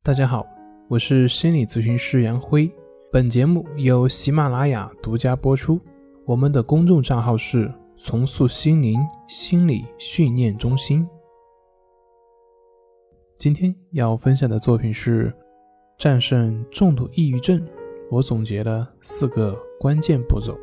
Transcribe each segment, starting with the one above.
大家好，我是心理咨询师杨辉，本节目由喜马拉雅独家播出。我们的公众账号是重塑心灵心理训练中心。今天要分享的作品是战胜重度抑郁症，我总结了4个关键步骤。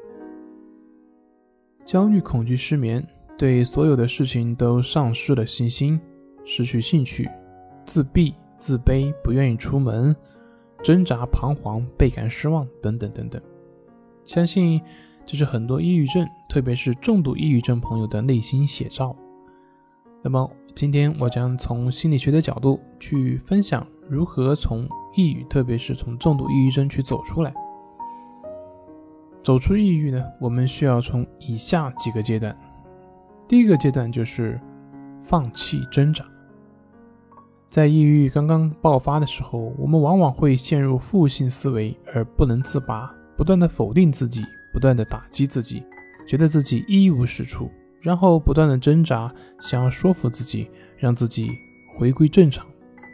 焦虑、恐惧、失眠，对所有的事情都丧失了信心，失去兴趣，自闭、自卑，不愿意出门，挣扎、彷徨，倍感失望，等等等等。相信这是很多抑郁症，特别是重度抑郁症朋友的内心写照。那么今天我将从心理学的角度去分享如何从抑郁，特别是从重度抑郁症去走出来。走出抑郁呢，我们需要从以下几个阶段。第一个阶段就是放弃挣扎。在抑郁刚刚爆发的时候，我们往往会陷入负性思维而不能自拔，不断的否定自己，不断的打击自己，觉得自己一无是处，然后不断的挣扎，想要说服自己，让自己回归正常。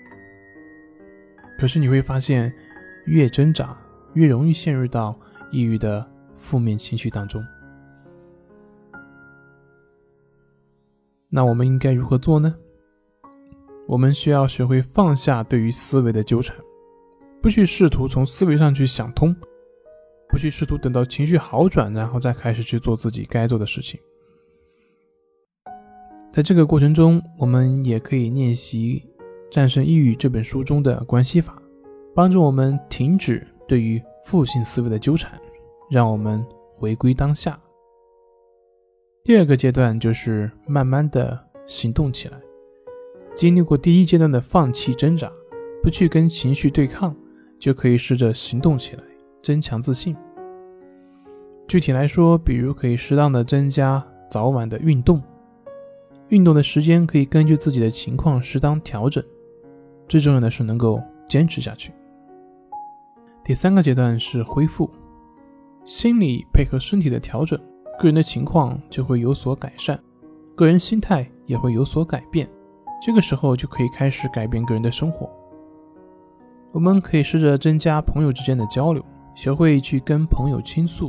可是你会发现，越挣扎越容易陷入到抑郁的负面情绪当中。那我们应该如何做呢？我们需要学会放下对于思维的纠缠，不去试图从思维上去想通，不去试图等到情绪好转然后再开始去做自己该做的事情。在这个过程中，我们也可以练习《战胜抑郁》这本书中的关系法，帮助我们停止对于负性思维的纠缠，让我们回归当下。第二个阶段就是慢慢的行动起来。经历过第一阶段的放弃挣扎，不去跟情绪对抗，就可以试着行动起来，增强自信。具体来说，比如可以适当的增加早晚的运动，运动的时间可以根据自己的情况适当调整，最重要的是能够坚持下去。第三个阶段是恢复，心理配合身体的调整，个人的情况就会有所改善，个人心态也会有所改变，这个时候就可以开始改变个人的生活。我们可以试着增加朋友之间的交流，学会去跟朋友倾诉。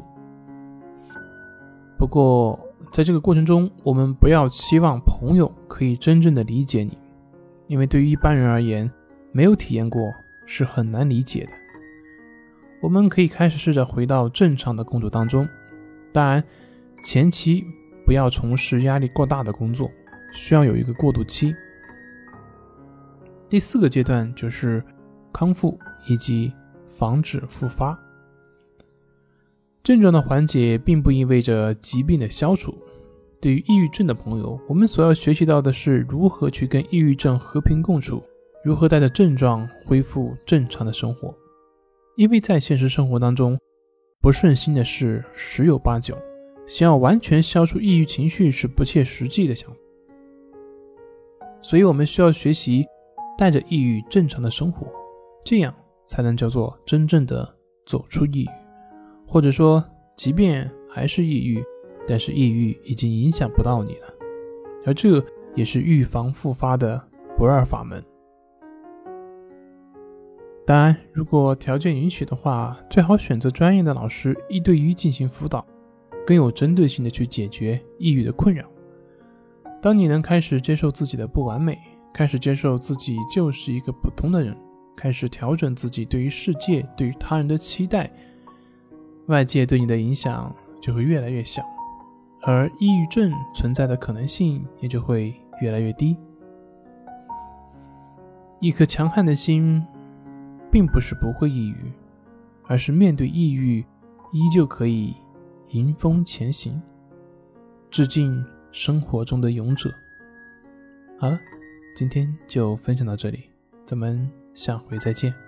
不过在这个过程中，我们不要期望朋友可以真正的理解你，因为对于一般人而言，没有体验过是很难理解的。我们可以开始试着回到正常的工作当中，当然前期不要从事压力过大的工作，需要有一个过渡期。第4个阶段就是康复以及防止复发。症状的缓解并不意味着疾病的消除，对于抑郁症的朋友，我们所要学习到的是如何去跟抑郁症和平共处，如何带着症状恢复正常的生活。因为在现实生活当中，不顺心的事十有八九，想要完全消除抑郁情绪是不切实际的想法。所以我们需要学习带着抑郁正常的生活，这样才能叫做真正的走出抑郁。或者说，即便还是抑郁，但是抑郁已经影响不到你了，而这也是预防复发的不二法门。当然，如果条件允许的话，最好选择专业的老师1对1进行辅导，更有针对性的去解决抑郁的困扰。当你能开始接受自己的不完美，开始接受自己就是一个普通的人，开始调整自己对于世界、对于他人的期待，外界对你的影响就会越来越小，而抑郁症存在的可能性也就会越来越低。一颗强悍的心并不是不会抑郁，而是面对抑郁依旧可以迎风前行，致敬生活中的勇者。好了，今天就分享到这里，咱们下回再见。